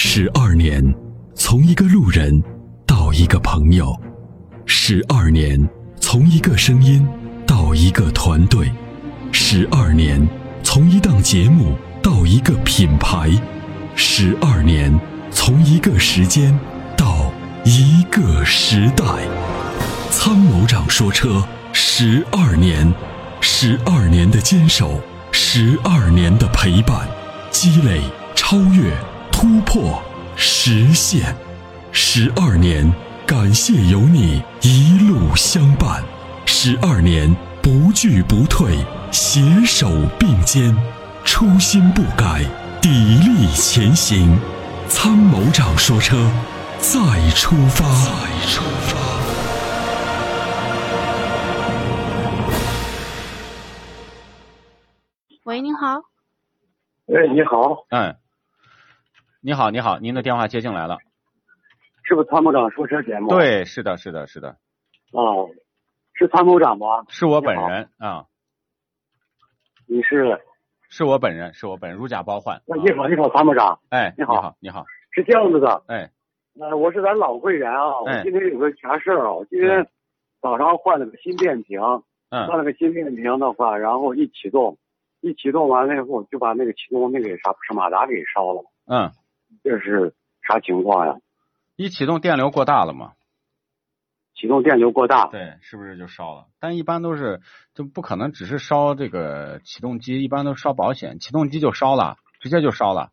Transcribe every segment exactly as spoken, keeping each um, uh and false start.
十二年，从一个路人到一个朋友；十二年，从一个声音到一个团队；十二年，从一档节目到一个品牌；十二年，从一个时间到一个时代。参谋长说车，十二年，十二年的坚守，十二年的陪伴，积累、超越、突破、实现。十二年，感谢有你一路相伴。十二年，不惧不退，携手并肩，初心不改，砥砺前行。参谋长说车，再出发。再出发。 喂，您好。 喂，你好。 嗯，你好，你好，您的电话接进来了。 是不是参谋长说车节目？ 对，是的，是的，是的。 哦，是参谋长吗？ 是我本人啊。 你是？ 是我本人，是我本人，如假包换。 你好，你好，参谋长。 哎， 你好， 你好，你好。 是这样子的。 哎。 呃，我是咱老会员啊，我今天有个啥事儿啊？我今天早上换了个新电瓶， 嗯， 换了个新电瓶的话，然后一启动。一启动完了以后，就把那个启动那个啥是马达给烧了。 嗯， 这是啥情况呀？ 一启动电流过大了吗？ 启动电流过大， 对，是不是就烧了？但一般都是就不可能只是烧这个启动机，一般都是烧保险，启动机就烧了，直接就烧了。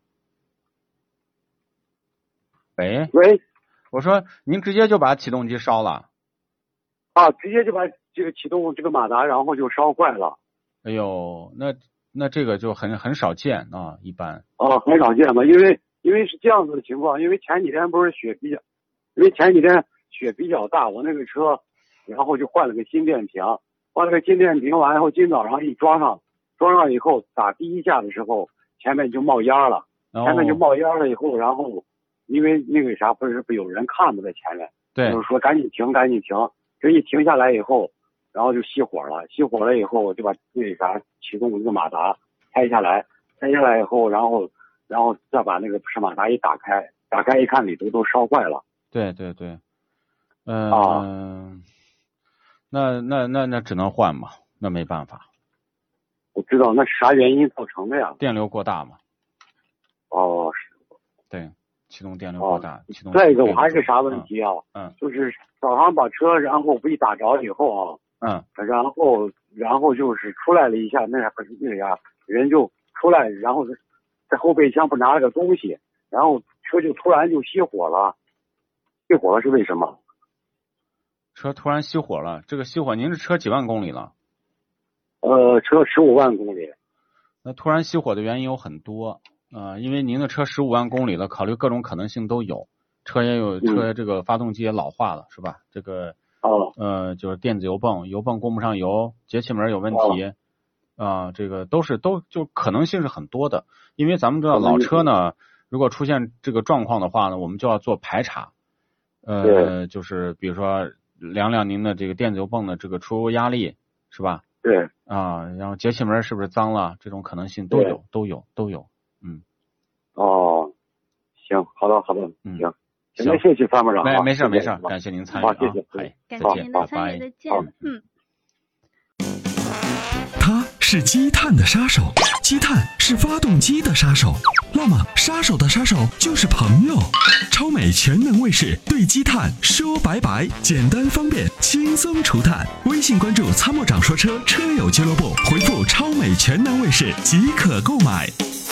喂喂， 我说您直接就把启动机烧了？ 啊，直接就把这个启动这个马达，然后就烧坏了。 哎呦，那。那这个就很很少见啊，一般。 哦，很少见吧，因为因为是这样子的情况，因为前几天不是雪比较，因为前几天雪比较大，我那个车，然后就换了个新电瓶，换了个新电瓶完以后，今早上一装上，装上以后打第一下的时候，前面就冒烟了， 哦、 前面就冒烟了以后，然后因为那个啥不是不有人看嘛在前面， 对， 就是说赶紧停赶紧停，这一停下来以后。然后就熄火了，熄火了以后就把那个啥启动这个马达拆下来，拆下来以后，然后然后再把那个是马达一打开，打开一看里头都烧坏了。 对对对，嗯、呃啊， 那那那那只能换嘛，那没办法。 我知道那是啥原因造成的呀？ 电流过大嘛。 哦，是。 对，启动电流过大。 哦、 启动。 再一个我还是啥问题啊？ 嗯，嗯就是早上把车然后不一打着以后啊。 嗯， 然后然后就是出来了一下，那不是那啥人就出来，然后在后备箱不拿了个东西，然后车就突然就熄火了。熄火了是为什么？ 车突然熄火了，这个熄火，您是车几万公里了？ 呃，车十五万公里。 那突然熄火的原因有很多，呃，因为您的车十五万公里了，考虑各种可能性都有，车也有车这个发动机也老化了，嗯、是吧？这个。 哦， 呃，就是电子油泵，油泵供不上油，节气门有问题，啊、哦呃，这个都是都就可能性是很多的。因为咱们知道老车呢，如果出现这个状况的话呢，我们就要做排查，呃，就是比如说量量您的这个电子油泵的这个出油压力，是吧？ 对。 啊，然后节气门是不是脏了，这种可能性都有，都有，都有，嗯。 哦，行，好的，好的， 嗯， 行。行，谢谢参谋长。 没没事没事，感谢您参与啊， 谢谢， 哎， 感谢您的参与，再见。嗯。 它是积碳的杀手，积碳是发动机的杀手，那么杀手的杀手就是朋友。超美全能卫士对积碳说拜拜，简单方便，轻松除碳。微信关注参谋长说车车友俱乐部，回复超美全能卫士即可购买。